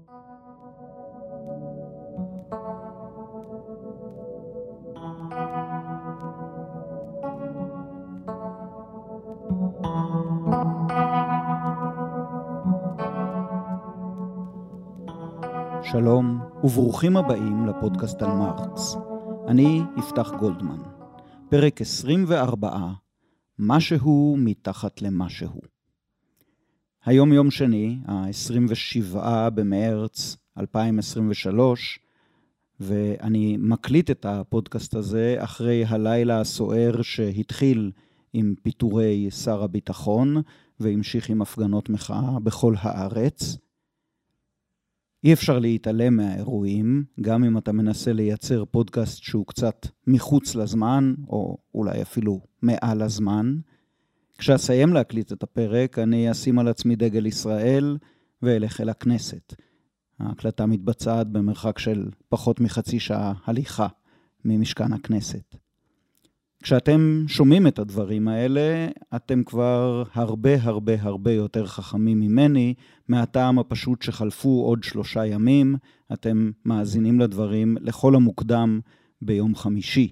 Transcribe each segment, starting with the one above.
שלום וברוכים הבאים לפודקאסט על מרקס. אני יפתח גולדמן. פרק 24, משהו מתחת למשהו. היום יום שני, ה-27 במרץ 2023, ואני מקליט את הפודקאסט הזה אחרי הלילה הסוער שהתחיל עם פיטורי שר הביטחון והמשיך עם הפגנות מחאה בכל הארץ. אי אפשר להתעלם מהאירועים, גם אם אתה מנסה לייצר פודקאסט שהוא קצת מחוץ לזמן, או אולי אפילו מעל הזמן. כשאסיים להקליט את הפרק, אני אשים על עצמי דגל ישראל ואלך אל הכנסת. ההקלטה מתבצעת במרחק של פחות מחצי שעה הליכה ממשכן הכנסת. כשאתם שומעים את הדברים האלה, אתם כבר הרבה יותר חכמים ממני, מהטעם הפשוט שחלפו עוד 3 ימים, אתם מאזינים לדברים לכל המוקדם ביום חמישי.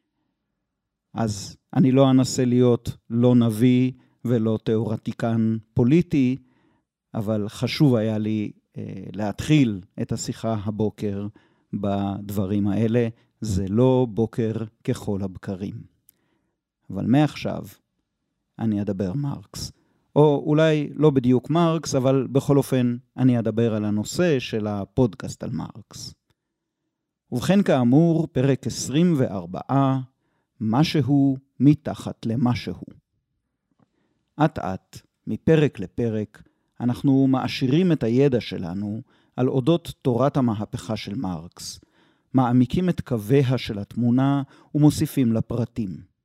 אז אני לא אנסה להיות לא נביא ולא תיאורטיקן פוליטי, אבל חשוב היה לי להתחיל את השיחה הבוקר בדברים האלה. זה לא בוקר ככל הבקרים. אבל מעכשיו אני אדבר מרקס. או אולי לא בדיוק מרקס, אבל בכל אופן אני אדבר על הנושא של הפודקאסט על מרקס. ובכן כאמור, פרק 24, משהו מתחת למשהו. אט, מפרק לפרק, אנחנו מעשירים את הידע שלנו על אודות תורת המהפכה של מרקס, מעמיקים את קוויה של התמונה ומוסיפים לפרטים.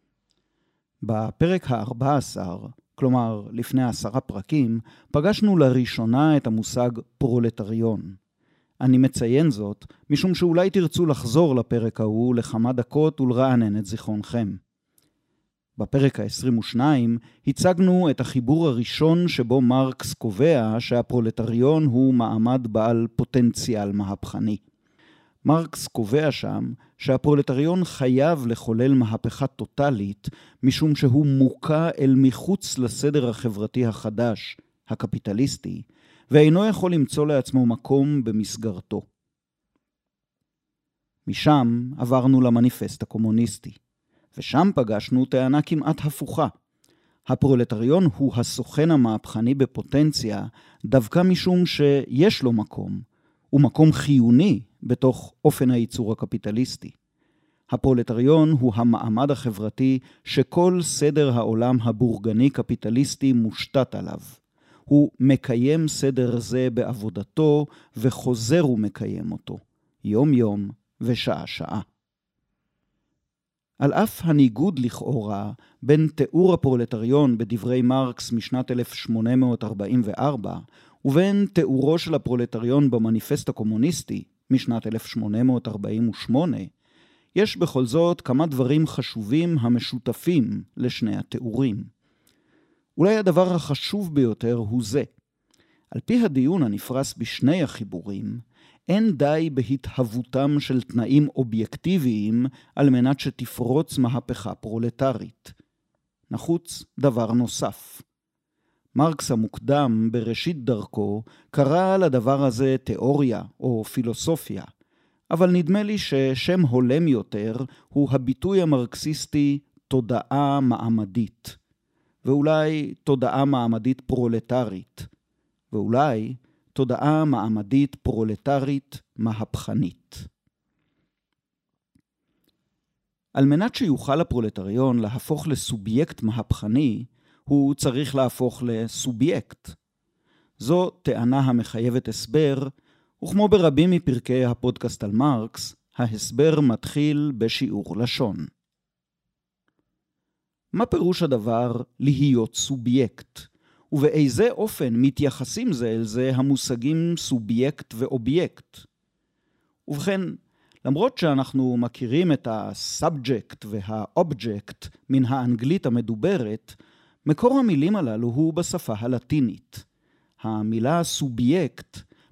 בפרק ה-14, כלומר לפני 10 פרקים, פגשנו לראשונה את המושג פרולטריון. אני מציין זאת משום שאולי תרצו לחזור לפרק ההוא לכמה דקות ולרענן את זיכרונכם. בפרק ה-22 הצגנו את החיבור הראשון שבו מרקס קובע שהפרולטריון הוא מעמד בעל פוטנציאל מהפכני. מרקס קובע שם שהפרולטריון חייב לחולל מהפכה טוטלית, משום שהוא מוקע אל מחוץ לסדר החברתי החדש, הקפיטליסטי, ואינו יכול למצוא לעצמו מקום במסגרתו. משם עברנו למניפסט הקומוניסטי, ושם פגשנו טענה כמעט הפוכה. הפרולטריון הוא הסוכן המהפכני בפוטנציה, דווקא משום שיש לו מקום, ומקום חיוני בתוך אופן הייצור הקפיטליסטי. הפרולטריון הוא המעמד החברתי שכל סדר העולם הבורגני-קפיטליסטי מושתת עליו. הוא מקיים סדר זה בעבודתו וחוזר ומקיים אותו, יום-יום ושעה-שעה. על אף הניגוד לכאורה בין תיאור הפרולטריון בדברי מרקס משנת 1844 ובין תיאורו של הפרולטריון במניפסט הקומוניסטי משנת 1848, יש בכל זאת כמה דברים חשובים המשותפים לשני התיאורים. אולי הדבר החשוב ביותר הוא זה. על פי הדיון הנפרס בשני החיבורים, אין די בהתהוותם של תנאים אובייקטיביים על מנת שתפרוץ מהפכה פרולטרית. נחוץ דבר נוסף. מרקס המוקדם בראשית דרכו קרא לדבר הזה תיאוריה או פילוסופיה, אבל נדמה לי ששם הולם יותר הוא הביטוי המרקסיסטי תודעה מעמדית, ואולי תודעה מעמדית פרולטרית, ואולי תודעה מעמדית פרולטרית מהפכנית. על מנת שיוכל הפרולטריון להפוך לסובייקט מהפכני, הוא צריך להפוך לסובייקט. זו טענה המחייבת הסבר, וכמו ברבים מפרקי הפודקאסט על מרקס, ההסבר מתחיל בשיעור לשון. מה פירוש הדבר להיות סובייקט? ובאיזה אופן מתייחסים זה אל זה המושגים סובייקט ואובייקט? ובכן, למרות שאנחנו מכירים את הסאבג'קט והאובג'קט מן האנגלית המדוברת, מקור המילים הללו הוא בשפה הלטינית. המילה סובייקט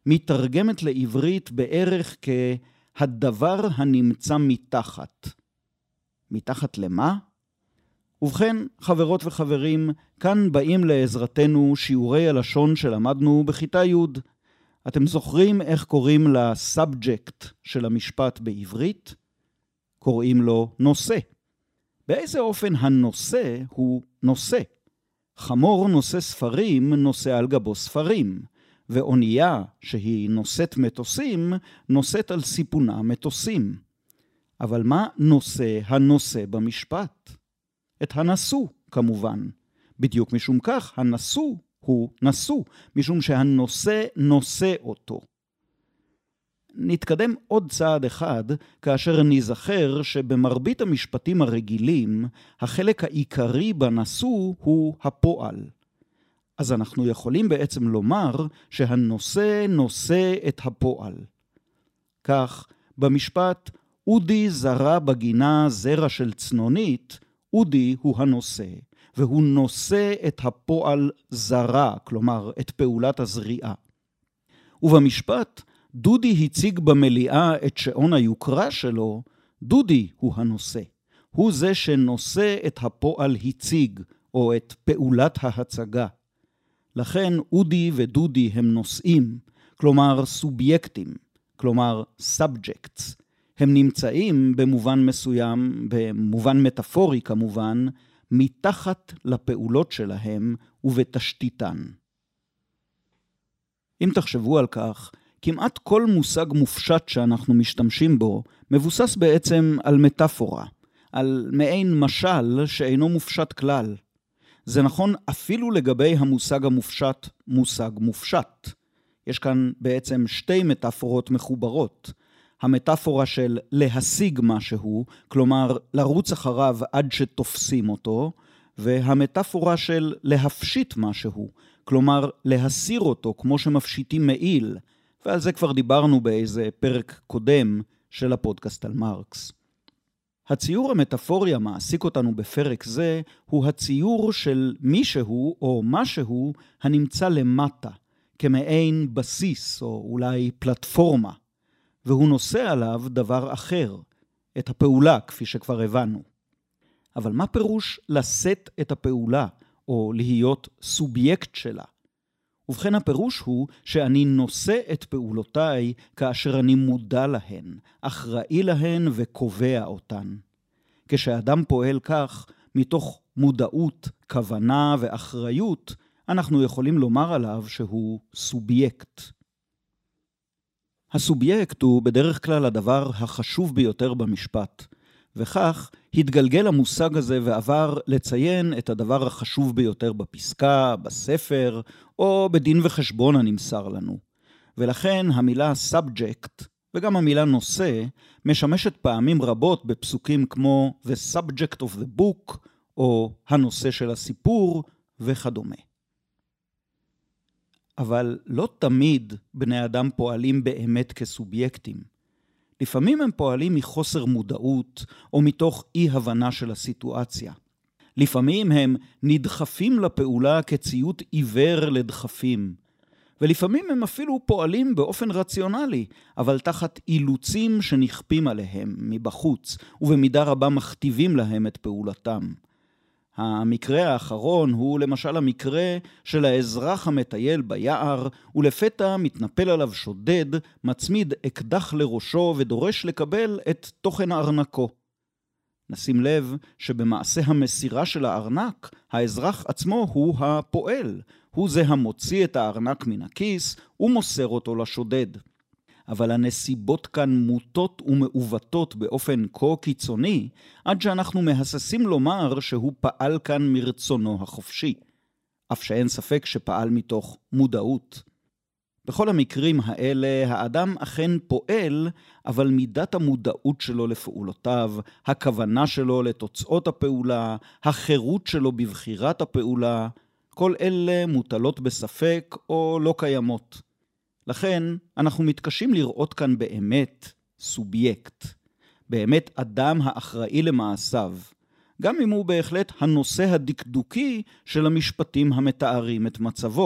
מתרגמת לעברית בערך כהדבר הנמצא מתחת. מתחת למה? ובכן, חברות וחברים, כאן באים לעזרתנו שיעורי הלשון שלמדנו בכיתה י'. אתם זוכרים איך קוראים לסאבג'קט של המשפט בעברית? קוראים לו נושא. באיזה אופן הנושא הוא נושא? חמור נושא ספרים נושא על גבו ספרים, ואונייה שהיא נושאת מטוסים נושאת על סיפונה מטוסים. אבל מה נושא הנושא במשפט? את הנשוא, כמובן. בדיוק משום כך, הנשוא הוא נשוא, משום שהנושא נושא אותו. נתקדם עוד צעד אחד, כאשר נזכר שבמרבית המשפטים הרגילים, החלק העיקרי בנשוא הוא הפועל. אז אנחנו יכולים בעצם לומר שהנושא נושא את הפועל. כך, במשפט, אודי זרה בגינה זרע של צנונית, אודי הוא הנושא, והוא נושא את הפועל זרה, כלומר את פעולת הזריעה. ובמשפט, דודי הציג במליאה את שעון היוקרה שלו, דודי הוא הנושא. הוא זה שנושא את הפועל הציג, או את פעולת ההצגה. לכן אודי ודודי הם נושאים, כלומר סובייקטים, כלומר subjects. הם נמצאים במובן מסוים, במובן מטאפורי כמובן, מתחת לפעולות שלהם ובתשתיתן. אם תחשבו על כך, כמעט כל מושג מופשט שאנחנו משתמשים בו, מבוסס בעצם על מטאפורה, על מעין משל שאינו מופשט כלל. זה נכון אפילו לגבי המושג המופשט, מושג מופשט. יש כאן בעצם שתי מטאפורות מחוברות. המטאפורה של להשיג משהו, כלומר לרוץ אחריו עד שתופסים אותו, והמטאפורה של להפשיט משהו, כלומר להסיר אותו כמו שמפשיטים מעיל, ועל זה כבר דיברנו באיזה פרק קודם של הפודקאסט על מרקס. הציור המטאפורי המעסיק אותנו בפרק זה הוא הציור של מישהו או משהו הנמצא למטה, כמעין בסיס או אולי פלטפורמה, והוא נושא עליו דבר אחר, את הפעולה כפי שכבר הבנו. אבל מה פירוש לשאת את הפעולה או להיות סובייקט שלה? ובכן הפירוש הוא שאני נושא את פעולותיי כאשר אני מודע להן, אחראי להן וקובע אותן. כשאדם פועל כך, מתוך מודעות, כוונה ואחריות, אנחנו יכולים לומר עליו שהוא סובייקט. הסובייקט הוא בדרך כלל הדבר החשוב ביותר במשפט, וכך התגלגל המושג הזה ועבר לציין את הדבר החשוב ביותר בפסקה, בספר, או בדין וחשבון הנמסר לנו. ולכן המילה subject, וגם המילה נושא, משמשת פעמים רבות בפסוקים כמו the subject of the book, או הנושא של הסיפור, וכדומה. אבל לא תמיד בני אדם פועלים באמת כסובייקטים. לפעמים הם פועלים מחוסר מודעות או מתוך אי-הבנה של הסיטואציה. לפעמים הם נדחפים לפעולה כציות עיוור לדחפים. ולפעמים הם אפילו פועלים באופן רציונלי, אבל תחת אילוצים שנכפים עליהם מבחוץ, ובמידה רבה מכתיבים להם את פעולתם. המקרה האחרון הוא למשל המקרה של האזרח המטייל ביער, ולפתע מתנפל עליו שודד, מצמיד אקדח לראשו ודורש לקבל את תוכן הארנקו. נשים לב שבמעשה המסירה של הארנק, האזרח עצמו הוא הפועל, הוא זה המוציא את הארנק מן הכיס ומוסר אותו לשודד. אבל הנסיבות כאן מוטות ומעוותות באופן כה קיצוני, עד שאנחנו מהססים לומר שהוא פעל כאן מרצונו החופשי, אף שאין ספק שפעל מתוך מודעות. בכל המקרים האלה האדם אכן פועל, אבל מידת המודעות שלו לפעולותיו, הכוונה שלו לתוצאות הפעולה, החירות שלו בבחירת הפעולה, כל אלה מוטלות בספק או לא קיימות. לכן אנחנו מתקשים לראות כאן באמת סובייקט, באמת אדם האחראי למעשיו, גם אם הוא בהחלט הנושא הדקדוקי של המשפטים המתארים את מצבו,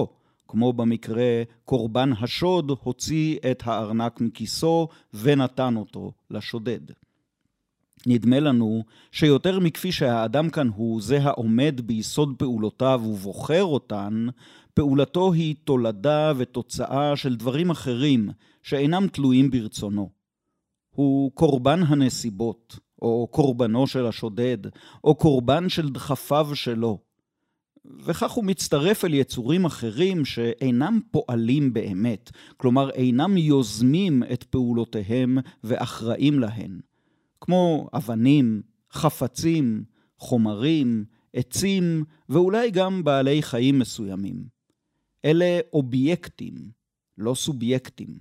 כמו במקרה קורבן השוד הוציא את הארנק מכיסו ונתן אותו לשודד. נדמה לנו שיותר מכפי שהאדם כאן הוא זה העומד ביסוד פעולותיו ובוחר אותן, פעולתו היא תולדה ותוצאה של דברים אחרים שאינם תלויים ברצונו. הוא קורבן הנסיבות, או קורבנו של השודד, או קורבן של דחפיו שלו. וכך הוא מצטרף אל יצורים אחרים שאינם פועלים באמת, כלומר אינם יוזמים את פעולותיהם ואחראים להן. כמו אבנים, חפצים, חומרים, עצים ואולי גם בעלי חיים מסוימים. אלה אובייקטים, לא סובייקטים.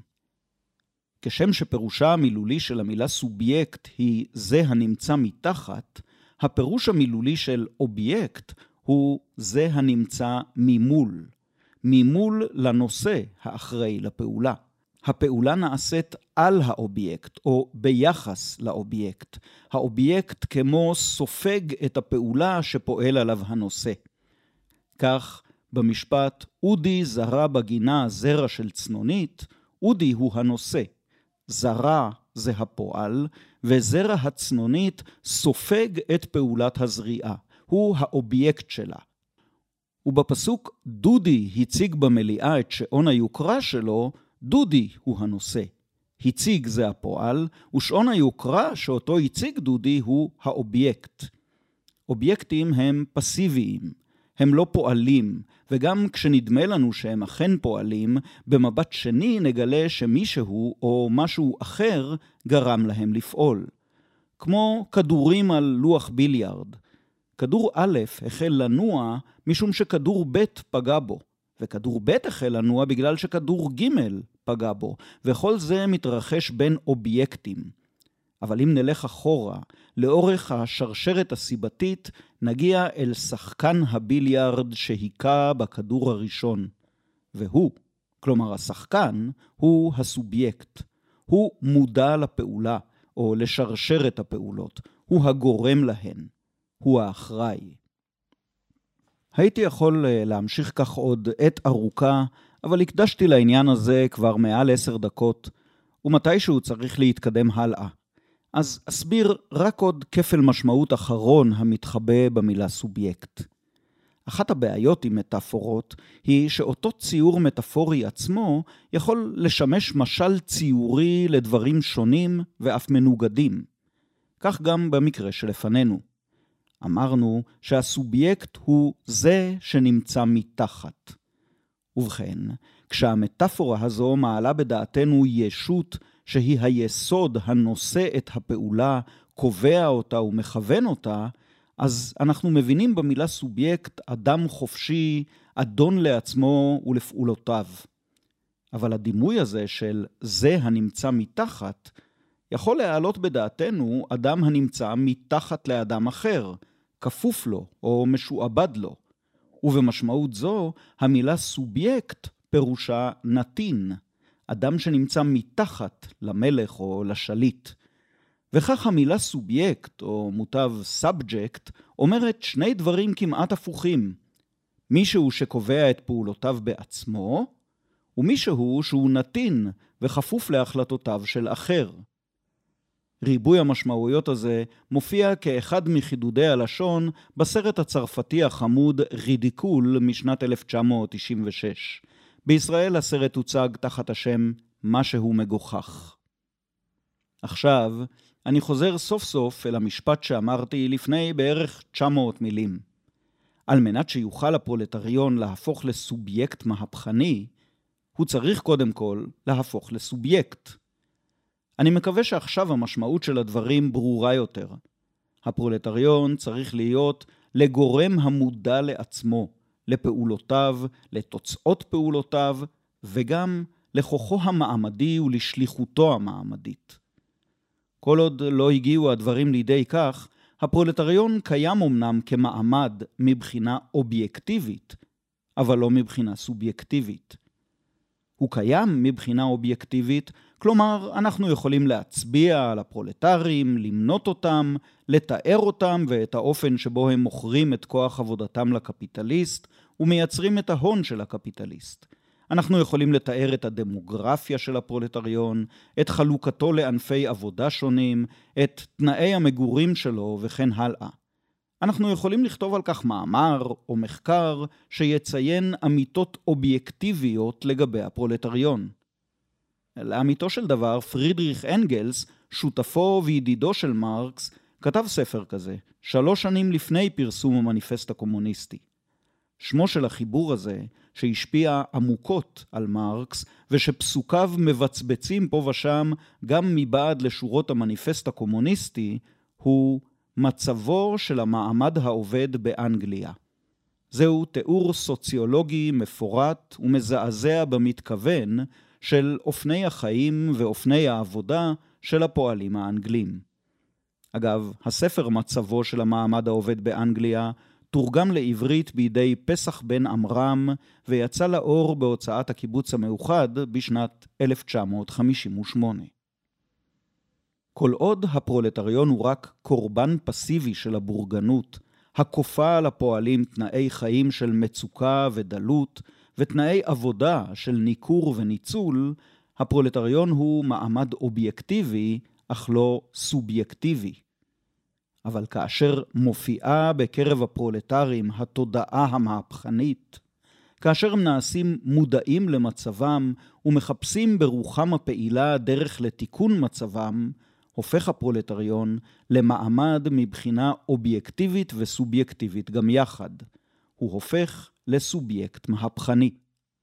כשם שפירושה המילולי של המילה סובייקט היא זה הנמצא מתחת, הפירוש המילולי של אובייקט הוא זה הנמצא ממול. ממול לנושא האחראי לפעולה. הפעולה נעשית על האובייקט או ביחס לאובייקט. האובייקט כמו סופג את הפעולה שפועל עליו הנושא. כך במשפט אודי זרה בגינה זרע של צנונית, אודי הוא הנושא. זרה זה הפועל וזרע הצנונית סופג את פעולת הזריעה. הוא האובייקט שלה. ובפסוק דודי הציג במליאה את שעון היוקרה שלו, דודי הוא הנושא. הציג זה הפועל, ושעון היוקרה שאותו הציג דודי הוא האובייקט. אובייקטים הם פסיביים, הם לא פועלים, וגם כשנדמה לנו שהם אכן פועלים, במבט שני נגלה שמישהו או משהו אחר גרם להם לפעול. כמו כדורים על לוח ביליארד. כדור א' החל לנוע משום שכדור ב' פגע בו, וכדור ב' החל לנוע בגלל שכדור ג' פגע בו, וכל זה מתרחש בין אובייקטים. אבל אם נלך אחורה, לאורך השרשרת הסיבתית, נגיע אל שחקן הביליארד שהיכה בכדור הראשון. והוא, כלומר השחקן, הוא הסובייקט. הוא מודע לפעולה, או לשרשרת הפעולות. הוא הגורם להן. הוא האחראי. הייתי יכול להמשיך כך עוד עת ארוכה, אבל הקדשתי לעניין הזה כבר מעל 10 דקות, ומתישהו צריך להתקדם הלאה. אז אסביר רק עוד כפל משמעות אחרון המתחבא במילה סובייקט. אחת הבעיות עם מטאפורות היא שאותו ציור מטאפורי עצמו יכול לשמש משל ציורי לדברים שונים ואף מנוגדים. כך גם במקרה שלפנינו. אמרנו שהסובייקט הוא זה שנמצא מתחת. ובכן, כשהמטאפורה הזו מעלה בדעתנו ישות שהיא היסוד הנושא את הפעולה, קובע אותה ומכוון אותה, אז אנחנו מבינים במילה סובייקט אדם חופשי, אדון לעצמו ולפעולותיו. אבל הדימוי הזה של זה הנמצא מתחת, יכול להעלות בדעתנו אדם הנמצא מתחת לאדם אחר, כפוף לו או משועבד לו. ובמשמעות זו, המילה סובייקט פירושה נתין, אדם שנמצא מתחת למלך או לשליט. וכך המילה סובייקט או מוטב סאבג'קט אומרת שני דברים כמעט הפוכים. מישהו שקובע את פעולותיו בעצמו, ומישהו שהוא נתין וכפוף להחלטותיו של אחר. ריבוי המשמעויות הזה מופיע כאחד מחידודי הלשון בסרט הצרפתי החמוד רידיקול משנת 1996. בישראל הסרט הוצג תחת השם משהו מגוחך. עכשיו אני חוזר סוף סוף אל המשפט שאמרתי לפני בערך 900 מילים. על מנת שיוכל הפרולטריון להפוך לסובייקט מהפכני, הוא צריך קודם כל להפוך לסובייקט. אני מקווה שעכשיו המשמעות של הדברים ברורה יותר. הפרולטריון צריך להיות לגורם המודע לעצמו, לפעולותיו, לתוצאות פעולותיו, וגם לכוחו המעמדי ולשליחותו המעמדית. כל עוד לא הגיעו הדברים לידי כך, הפרולטריון קיים אמנם כמעמד מבחינה אובייקטיבית, אבל לא מבחינה סובייקטיבית. הוא קיים מבחינה אובייקטיבית, כלומר אנחנו יכולים להצביע על הפרולטרים, למנות אותם, לתאר אותם ואת האופן שבו הם מוכרים את כוח עבודתם לקפיטליסט ומייצרים את ההון של הקפיטליסט. אנחנו יכולים לתאר את הדמוגרפיה של הפרולטריון, את חלוקתו לענפי עבודה שונים, את תנאי המגורים שלו וכן הלאה. אנחנו יכולים לכתוב על כך מאמר או מחקר שיציין אמיתות אובייקטיביות לגבי הפרולטריון. לאמיתו של דבר, פרידריך אנגלס, שותפו וידידו של מרקס, כתב ספר כזה, 3 שנים לפני פרסום המניפסט הקומוניסטי. שמו של החיבור הזה, שהשפיע עמוקות על מרקס, ושפסוקיו מבצבצים פה ושם גם מבעד לשורות המניפסט הקומוניסטי, הוא מצבו של המעמד העובד באנגליה. זהו תיאור סוציולוגי מפורט ומזעזע במתכוון של אופני החיים ואופני העבודה של הפועלים האנגלים. אגב, הספר מצבו של המעמד העובד באנגליה תורגם לעברית בידי פסח בן עמרם ויצא לאור בהוצאת הקיבוץ המאוחד בשנת 1958. כל עוד הפרולטריון הוא רק קורבן פסיבי של הבורגנות, הכופה על הפועלים תנאי חיים של מצוקה ודלות ותנאי עבודה של ניכור וניצול, הפרולטריון הוא מעמד אובייקטיבי אך לא סובייקטיבי. אבל כאשר מופיעה בקרב הפרולטרים התודעה המהפכנית, כאשר הם נעשים מודעים למצבם ומחפשים ברוחם הפעילה דרך לתיקון מצבם, הופך הפרולטריון למעמד מבחינה אובייקטיבית וסובייקטיבית גם יחד. הוא הופך לסובייקט מהפכני.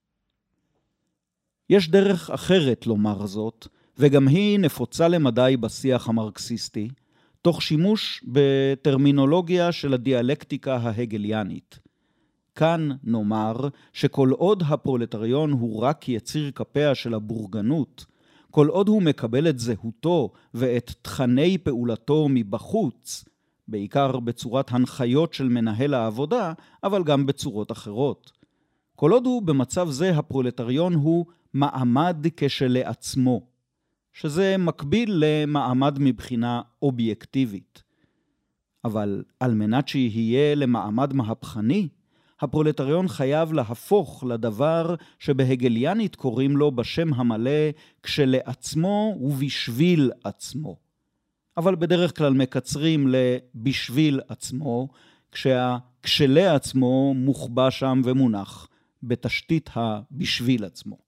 יש דרך אחרת לומר זאת, וגם היא נפוצה למדי בשיח המרקסיסטי, תוך שימוש בטרמינולוגיה של הדיאלקטיקה ההגליאנית. כאן נאמר שכל עוד הפרולטריון הוא רק יציר כפיה של הבורגנות, כל עוד הוא מקבל את זהותו ואת תכני פעולתו מבחוץ, בעיקר בצורת הנחיות של מנהל העבודה, אבל גם בצורות אחרות. כל עוד הוא במצב זה, הפרולטריון הוא מעמד כשלעצמו, שזה מקביל למעמד מבחינה אובייקטיבית. אבל על מנת שיהיה למעמד מהפכני, הפרולטריון חייב להפוך לדבר שבהגליאנית קוראים לו בשם המלא כשלעצמו ובשביל עצמו. אבל בדרך כלל מקצרים לבשביל עצמו, כשלעצמו מוחבא שם ומונח בתשתית הבשביל עצמו.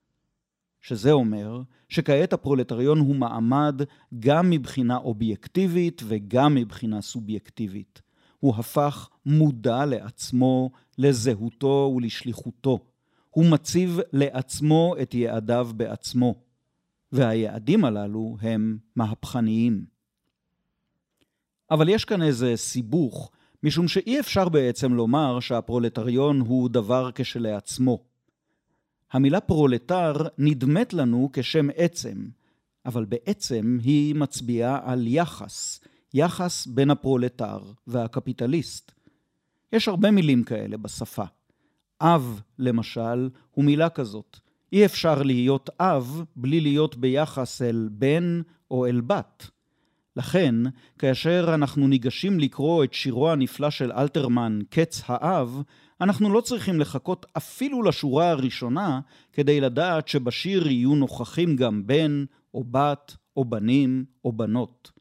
שזה אומר שכעת הפרולטריון הוא מעמד גם מבחינה אובייקטיבית וגם מבחינה סובייקטיבית. הוא הפך מודע לעצמו, לזהותו ולשליחותו. הוא מציב לעצמו את יעדיו בעצמו. והיעדים הללו הם מהפכניים. אבל יש כאן איזה סיבוך, משום שאי אפשר בעצם לומר שהפרולטריון הוא דבר כשלעצמו. המילה פרולטר נדמת לנו כשם עצם, אבל בעצם היא מצביעה על יחס בין הפרולטר והקפיטליסט. יש הרבה מילים כאלה בשפה. אב, למשל, הוא מילה כזאת. אי אפשר להיות אב בלי להיות ביחס אל בן או אל בת. לכן, כאשר אנחנו ניגשים לקרוא את שירו הנפלא של אלתרמן, קץ האב, אנחנו לא צריכים לחכות אפילו לשורה הראשונה כדי לדעת שבשיר יהיו נוכחים גם בן או בת או בנים או בנות.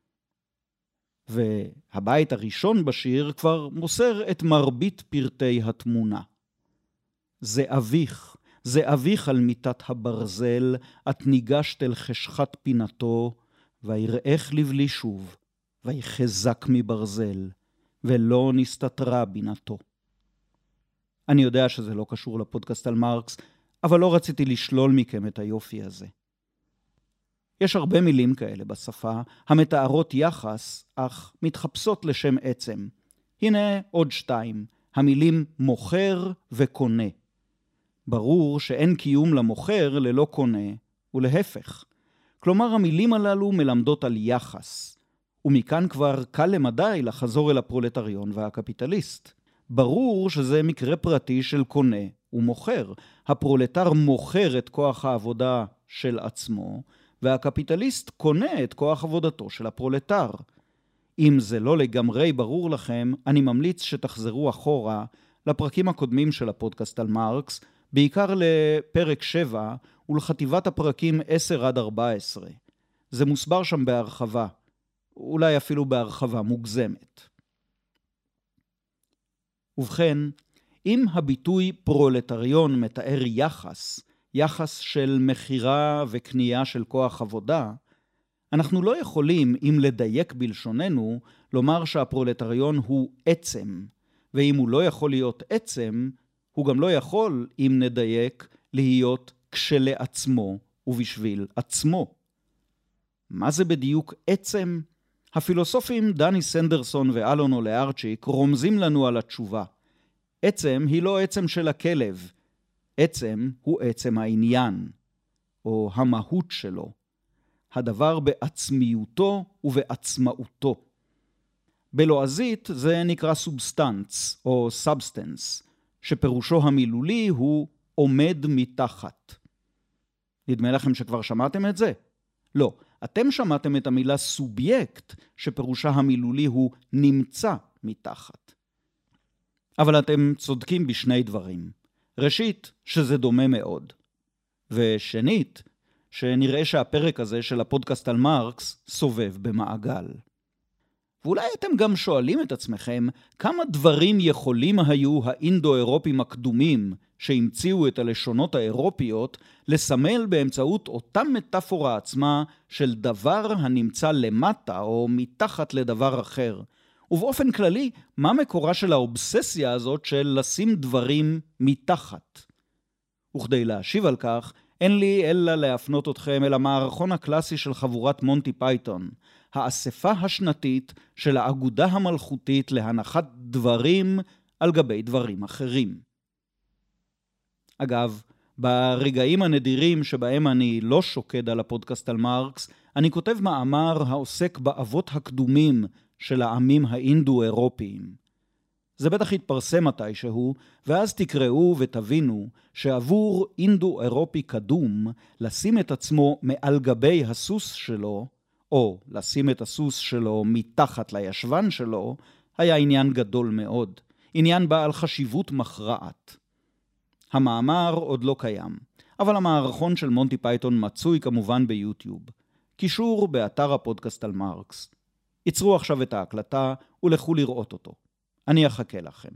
והבית הראשון בשיר כבר מוסר את מרבית פרטי התמונה. זה אביך על מיטת הברזל, את ניגשת אל חשכת פינתו, ויראך לבלי שוב, ויחזק מברזל, ולא נסתתרה בינתו. אני יודע שזה לא קשור לפודקאסט על מרקס, אבל לא רציתי לשלול מכם את היופי הזה. יש הרבה מילים כאלה בשפה, המתארות יחס, אך מתחפשות לשם עצם. הנה עוד 2, המילים מוכר וקונה. ברור שאין קיום למוכר ללא קונה, ולהפך. כלומר, המילים הללו מלמדות על יחס, ומכאן כבר קל למדי לחזור אל הפרולטריון והקפיטליסט. ברור שזה מקרה פרטי של קונה ומוכר. הפרולטר מוכר את כוח העבודה של עצמו, והקפיטליסט קונה את כוח עבודתו של הפרולטר. אם זה לא לגמרי ברור לכם, אני ממליץ שתחזרו אחורה לפרקים הקודמים של הפודקאסט על מרקס, בעיקר לפרק 7 ולחטיבת הפרקים 10 עד 14. זה מוסבר שם בהרחבה, אולי אפילו בהרחבה מוגזמת. ובכן, אם הביטוי פרולטריון מתאר יחס של מחירה וקנייה של כוח עבודה, אנחנו לא יכולים, אם לדייק בלשוננו, לומר שהפרולטריון הוא עצם, ואם הוא לא יכול להיות עצם, הוא גם לא יכול, אם נדייק, להיות כשלעצמו ובשביל עצמו. מה זה בדיוק עצם? הפילוסופים דני סנדרסון ואלון אולארצ'יק רומזים לנו על התשובה. עצם היא לא עצם של הכלב. עצם הוא עצם העניין, או המהות שלו. הדבר בעצמיותו ובעצמאותו. בלועזית זה נקרא סובסטנס או סאבסטנס, שפירושו המילולי הוא עומד מתחת. נדמה לכם שכבר שמעתם את זה? לא, אתם שמעתם את המילה סובייקט, שפירושה המילולי הוא נמצא מתחת. אבל אתם צודקים בשני דברים. ראשית, שזה דומה מאוד. ושנית, שנראה שהפרק הזה של הפודקאסט על מרקס סובב במעגל. ואולי אתם גם שואלים את עצמכם כמה דברים יכולים היו האינדו-אירופים הקדומים שהמציאו את הלשונות האירופיות לסמל באמצעות אותה מטאפורה עצמה של דבר הנמצא למטה או מתחת לדבר אחר. ובאופן כללי, מה מקורה של האובססיה הזאת של לשים דברים מתחת? וכדי להשיב על כך, אין לי אלא להפנות אתכם אל המערכון הקלאסי של חבורת מונטי פייתון, האספה השנתית של האגודה המלכותית להנחת דברים על גבי דברים אחרים. אגב, ברגעים הנדירים שבהם אני לא שוקד על הפודקאסט על מרקס, אני כותב מאמר העוסק באבות הקדומים של העמים האינדו-אירופיים. זה בטח יתפרסם מתישהו, ואז תקראו ותבינו שעבור אינדו-אירופי קדום, לשים את עצמו מעל גבי הסוס שלו, או לשים את הסוס שלו מתחת לישבן שלו, היה עניין גדול מאוד, עניין בעל חשיבות מכרעת. המאמר עוד לא קיים, אבל המערכון של מונטי פייתון מצוי כמובן ביוטיוב. קישור באתר הפודקאסט על מרקס. יצרו עכשיו את ההקלטה ולכו לראות אותו. אני אחכה לכם.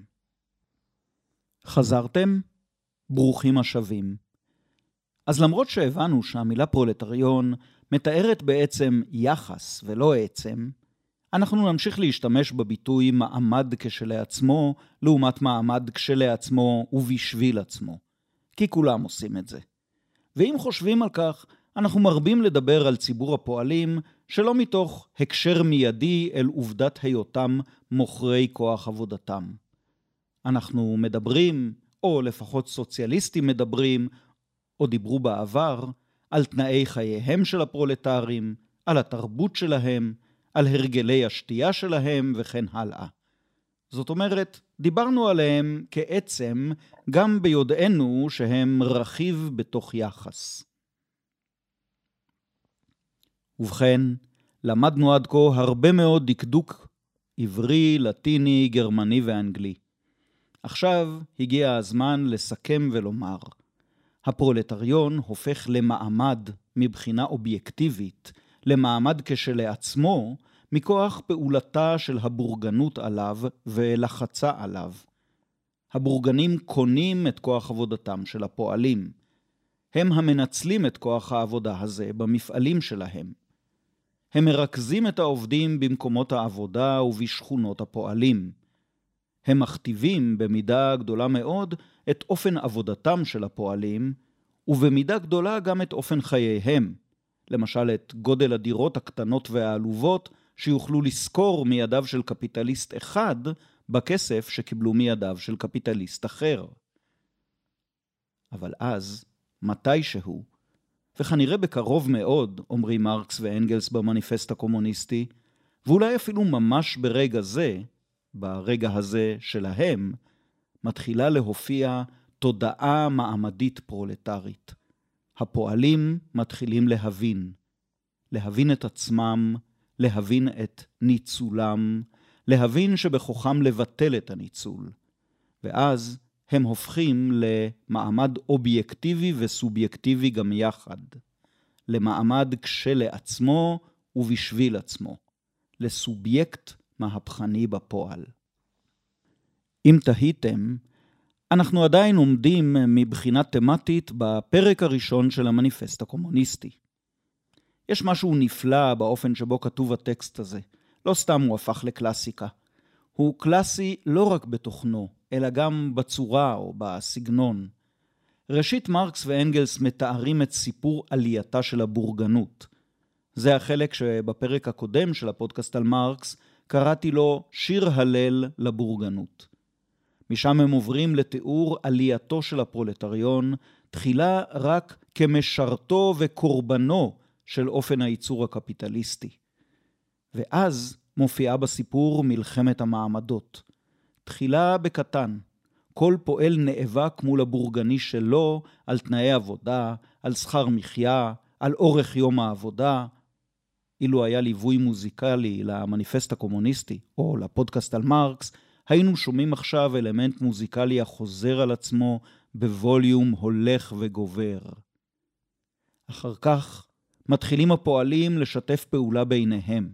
חזרתם? ברוכים השבים. אז למרות שהבנו שהמילה פרולטריון מתארת בעצם יחס ולא עצם, אנחנו נמשיך להשתמש בביטוי מעמד כשלעצמו, לעומת מעמד כשלעצמו ובשביל עצמו. כי כולם עושים את זה. ואם חושבים על כך, אנחנו מרבים לדבר על ציבור הפועלים, שלא מתוך הקשר מיידי אל עובדת היותם מוכרי כוח עבודתם. אנחנו מדברים, או לפחות סוציאליסטים מדברים, או דיברו בעבר, על תנאי חייהם של הפרולטרים, על התרבות שלהם, על הרגלי השתייה שלהם וכן הלאה. זאת אומרת, דיברנו עליהם כעצם גם ביודענו שהם רכיב בתוך יחס. ובכן, למדנו עד כה הרבה מאוד דקדוק עברי, לטיני, גרמני ואנגלי. עכשיו הגיע הזמן לסכם ולומר, הפרולטריון הופך למעמד מבחינה אובייקטיבית, למעמד כשלעצמו, מכוח פעולתה של הבורגנות עליו ולחצה עליו. הבורגנים קונים את כוח עבודתם של הפועלים. הם המנצלים את כוח העבודה הזה במפעלים שלהם. הם מרכזים את העובדים במקומות העבודה ובשכונות הפועלים. הם מכתיבים במידה גדולה מאוד את אופן עבודתם של הפועלים, ובמידה גדולה גם את אופן חייהם. למשל את גודל הדירות הקטנות והעלובות שיוכלו לשכור מידיו של קפיטליסט אחד בכסף שקיבלו מידיו של קפיטליסט אחר. אבל אז, מתישהו, וכנראה בקרוב מאוד, אומרים מרקס ואנגלס במניפסט הקומוניסטי, ואולי אפילו ממש ברגע זה, ברגע הזה שלהם, מתחילה להופיע תודעה מעמדית פרולטרית. הפועלים מתחילים להבין את עצמם, להבין את ניצולם, להבין שבכוחם לבטל את הניצול. ואז הם הופכים למעמד אובייקטיבי וסובייקטיבי גם יחד, למעמד כשלעצמו ובשביל עצמו, לסובייקט מהפכני בפועל. אם תהיתם, אנחנו עדיין עומדים מבחינה תמטית בפרק הראשון של המניפסט הקומוניסטי. יש משהו נפלא באופן שבו כתוב הטקסט הזה. לא סתם הוא הפך לקלאסיקה. הוא קלאסי לא רק בתוכנו, אלא גם בצורה או בסגנון. ראשית, מרקס ואנגלס מתארים את סיפור עלייתה של הבורגנות. זה החלק שבפרק הקודם של הפודקאסט על מרקס קראתי לו שיר הלל לבורגנות. משם הם עוברים לתיאור עלייתו של הפרולטריון, תחילה רק כמשרתו וקורבנו של אופן הייצור הקפיטליסטי. ואז מופיעה בסיפור מלחמת המעמדות. תחילה בקטן, כל פועל נאבק מול הבורגני שלו על תנאי עבודה, על שכר מחיה, על אורך יום העבודה. אילו היה ליווי מוזיקלי למניפסט הקומוניסטי או לפודקאסט על מרקס, היינו שומעים עכשיו אלמנט מוזיקלי החוזר על עצמו בווליום הולך וגובר. אחר כך מתחילים הפועלים לשתף פעולה ביניהם.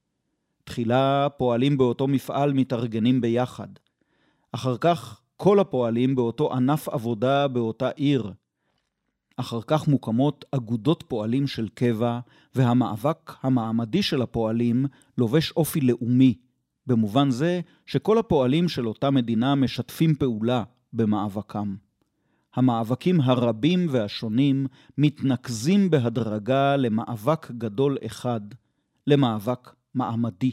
תחילה פועלים באותו מפעל מתארגנים ביחד. אחר כך כל הפועלים באותו ענף עבודה באותה עיר. אחר כך מוקמות אגודות פועלים של קבע, והמאבק המעמדי של הפועלים לובש אופי לאומי, במובן זה שכל הפועלים של אותה מדינה משתפים פעולה במאבקם. המאבקים הרבים והשונים מתנקזים בהדרגה למאבק גדול אחד, למאבק מעמדי.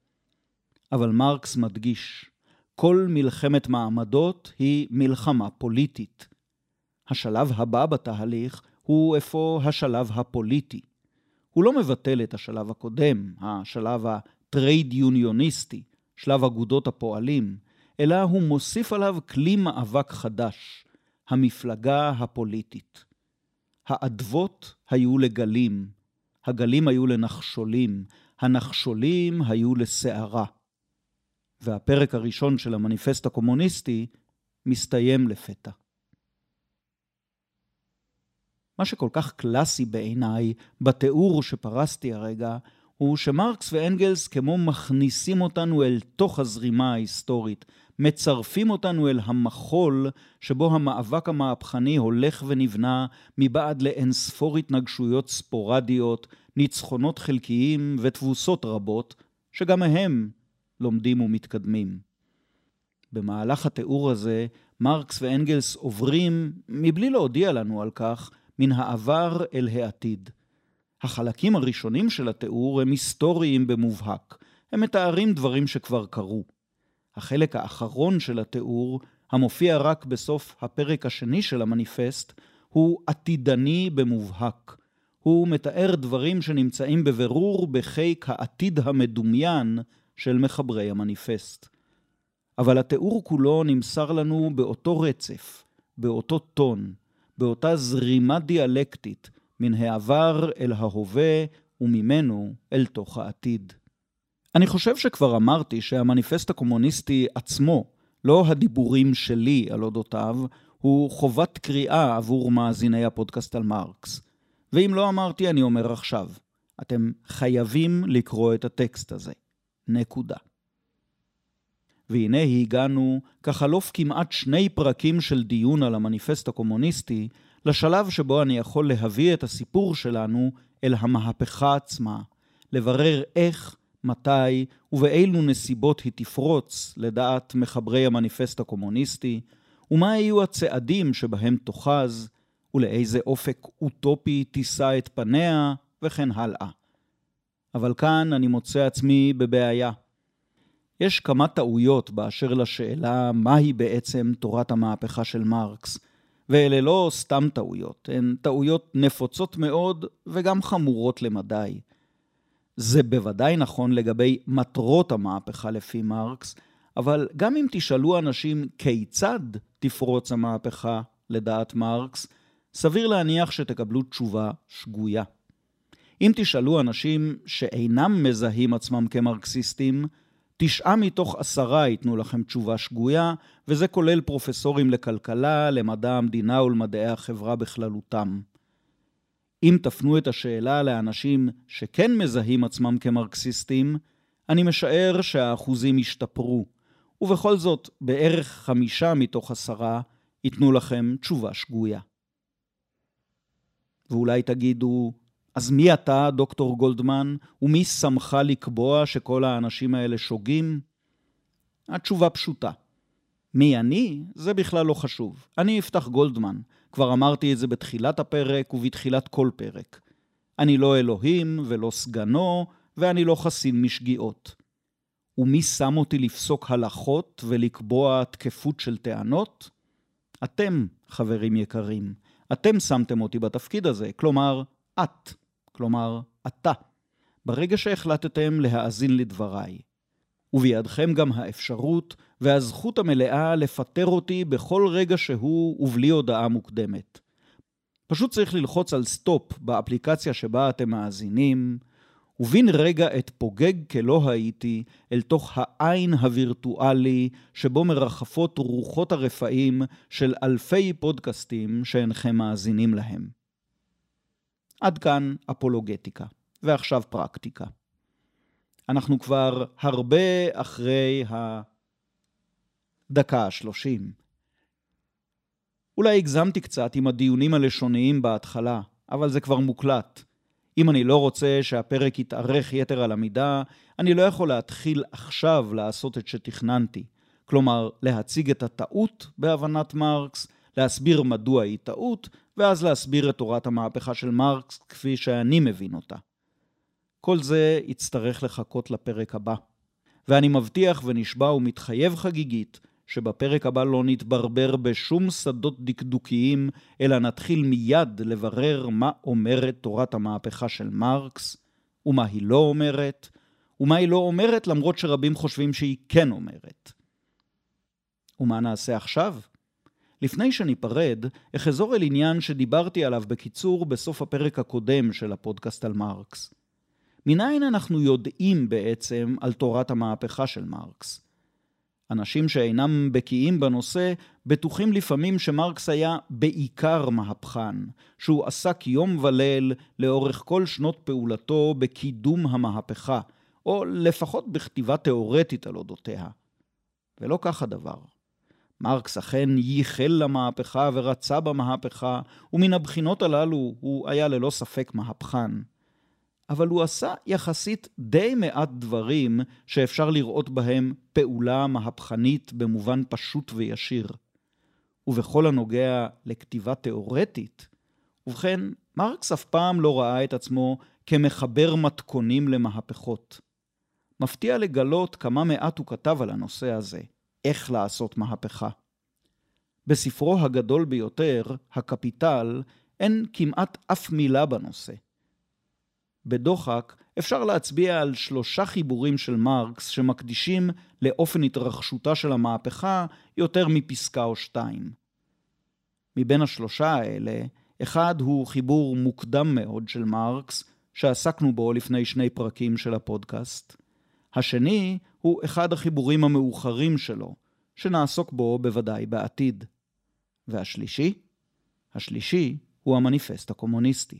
אבל מרקס מדגיש, כל מלחמת מעמדות היא מלחמה פוליטית. השלב הבא בתהליך הוא אפוא השלב הפוליטי. הוא לא מבטל את השלב הקודם, השלב הטרייד יוניוניסטי, שלב אגודות הפועלים, אלא הוא מוסיף עליו כלי מאבק חדש, המפלגה הפוליטית. האדוות היו לגלים, הגלים היו לנחשולים, הנחשולים היו לסערה. והפרק הראשון של המניפסט הקומוניסטי מסתיים לפתע. מה שכל כך קלאסי בעיניי בתיאור שפרסתי הרגע, הוא שמרקס ואנגלס כמו מכניסים אותנו אל תוך הזרימה ההיסטורית, מצרפים אותנו אל המחול שבו המאבק המהפכני הולך ונבנה מבעד לאינספור התנגשויות ספורדיות, ניצחונות חלקיים ותבוסות רבות, שגם מהם לומדים ומתקדמים. במהלך התיאור הזה, מרקס ואנגלס עוברים, מבלי להודיע לנו על כך, מן העבר אל העתיד. החלקים הראשונים של התיאור הם היסטוריים במובהק. הם מתארים דברים שכבר קרו. החלק האחרון של התיאור, המופיע רק בסוף הפרק השני של המניפסט, הוא עתידני במובהק. הוא מתאר דברים שנמצאים בבירור בחיק העתיד המדומיין של מחברי המניפסט. אבל התיאור כולו נמסר לנו באותו רצף, באותו טון, באותה זרימה דיאלקטית, מן העבר אל ההווה וממנו אל תוך העתיד. אני חושב שכבר אמרתי שהמניפסט הקומוניסטי עצמו, לא הדיבורים שלי על אודותיו, הוא חובת קריאה עבור מאזיני הפודקאסט על מרקס. ואם לא אמרתי, אני אומר עכשיו, אתם חייבים לקרוא את הטקסט הזה. נקודה. והנה הגענו, כחלוף כמעט 2 פרקים של דיון על המניפסט הקומוניסטי, לשלב שבו אני יכול להביא את הסיפור שלנו אל המהפכה עצמה, לברר איך, מתי ובאילו נסיבות היא תפרוץ לדעת מחברי המניפסט הקומוניסטי, ומה יהיו הצעדים שבהם תוחז, ולאיזה אופק אוטופי תישא את פניה, וכן הלאה. אבל כאן אני מוצא עצמי בבעיה. יש כמה טעויות באשר לשאלה מהי בעצם תורת המהפכה של מרקס, ואלה לא סתם טעויות, הן טעויות נפוצות מאוד וגם חמורות למדי. זה בוודאי נכון לגבי מטרות המהפכה לפי מרקס, אבל גם אם תשאלו אנשים כיצד תפרוץ המהפכה לדעת מרקס, סביר להניח שתקבלו תשובה שגויה. אם תשאלו אנשים שאינם מזהים עצמם כמרקסיסטים, 9 מתוך 10 ייתנו לכם תשובה שגויה, וזה כולל פרופסורים לכלכלה, למדע המדינה ולמדעי החברה בכללותם. אם תפנו את השאלה לאנשים שכן מזהים עצמם כמרקסיסטים, אני משער שהאחוזים ישתפרו, ובכל זאת בערך 5 מתוך 10 ייתנו לכם תשובה שגויה. ואולי תגידו, אז מי אתה, דוקטור גולדמן, ומי שמך לקבוע שכל האנשים האלה שוגים? התשובה פשוטה. מי אני? זה בכלל לא חשוב. אני יפתח גולדמן. כבר אמרתי את זה בתחילת הפרק ובתחילת כל פרק. אני לא אלוהים ולא סגנו, ואני לא חסין משגיאות. ומי שם אותי לפסוק הלכות ולקבוע תקפות של טענות? אתם, חברים יקרים. אתם שמתם אותי בתפקיד הזה, כלומר, את. כלומר, אתה. ברגע שהחלטתם להאזין לדבריי. ובידכם גם האפשרות והזכות המלאה לפטר אותי בכל רגע שהוא ובלי הודעה מוקדמת. פשוט צריך ללחוץ על סטופ באפליקציה שבה אתם מאזינים, ובין רגע אתפוגג כלא הייתי אל תוך העין הווירטואלי שבו מרחפות רוחות הרפאים של אלפי פודקאסטים שאינכם מאזינים להם. עד כאן אפולוגטיקה, ועכשיו פרקטיקה. אנחנו כבר הרבה אחרי הדקה ה-30. אולי הגזמתי קצת עם הדיונים הלשוניים בהתחלה, אבל זה כבר מוקלט. אם אני לא רוצה שהפרק יתארך יתר על המידה, אני לא יכול להתחיל עכשיו לעשות את שתכננתי. כלומר, להציג את הטעות בהבנת מרקס, להסביר מדוע היא טעות, ואז להסביר את תורת המהפכה של מרקס כפי שאני מבין אותה. כל זה יצטרך לחכות לפרק הבא. ואני מבטיח ונשבע ומתחייב חגיגית שבפרק הבא לא נתברבר בשום שדות דקדוקיים, אלא נתחיל מיד לברר מה אומרת תורת המהפכה של מרקס, ומה היא לא אומרת, ומה היא לא אומרת למרות שרבים חושבים שהיא כן אומרת. ומה נעשה עכשיו? לפני שניפרד, אחזור אל עניין שדיברתי עליו בקיצור בסוף הפרק הקודם של הפודקאסט על מרקס. מניין אנחנו יודעים בעצם על תורת המהפכה של מרקס? אנשים שאינם בקיאים בנושא בטוחים לפעמים שמרקס היה בעיקר מהפכן, שהוא עסק יום וליל לאורך כל שנות פעולתו בקידום המהפכה, או לפחות בכתיבה תיאורטית על אודותיה. ולא כך הדבר. מרקס אכן ייחל למהפכה ורצה במהפכה, ומן הבחינות הללו הוא היה ללא ספק מהפכן. אבל הוא עשה יחסית די מעט דברים שאפשר לראות בהם פעולה מהפכנית במובן פשוט וישיר. ובכל הנוגע לכתיבה תיאורטית, ובכן, מרקס אף פעם לא ראה את עצמו כמחבר מתכונים למהפכות. מפתיע לגלות כמה מעט הוא כתב על הנושא הזה, איך לעשות מהפכה. בספרו הגדול ביותר, הקפיטל, אין כמעט אף מילה בנושא. בדוחק אפשר להצביע על 3 חיבורים של מרקס שמקדישים לאופן התרחשותה של המהפכה יותר מפסקה או 2. מבין 3 האלה, אחד הוא חיבור מוקדם מאוד של מרקס, שעסקנו בו לפני 2 פרקים של הפודקאסט. השני הוא אחד החיבורים המאוחרים שלו, שנעסוק בו בוודאי בעתיד. והשלישי? השלישי הוא המניפסט הקומוניסטי.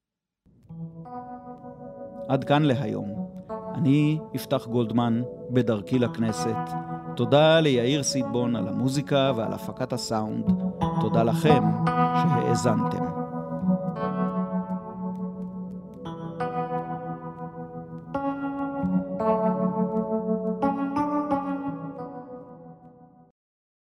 עד כאן להיום. אני יפתח גולדמן בדרכי לכנסת. תודה ליאיר סידבון על המוזיקה ועל הפקת הסאונד. תודה לכם שהאזנתם.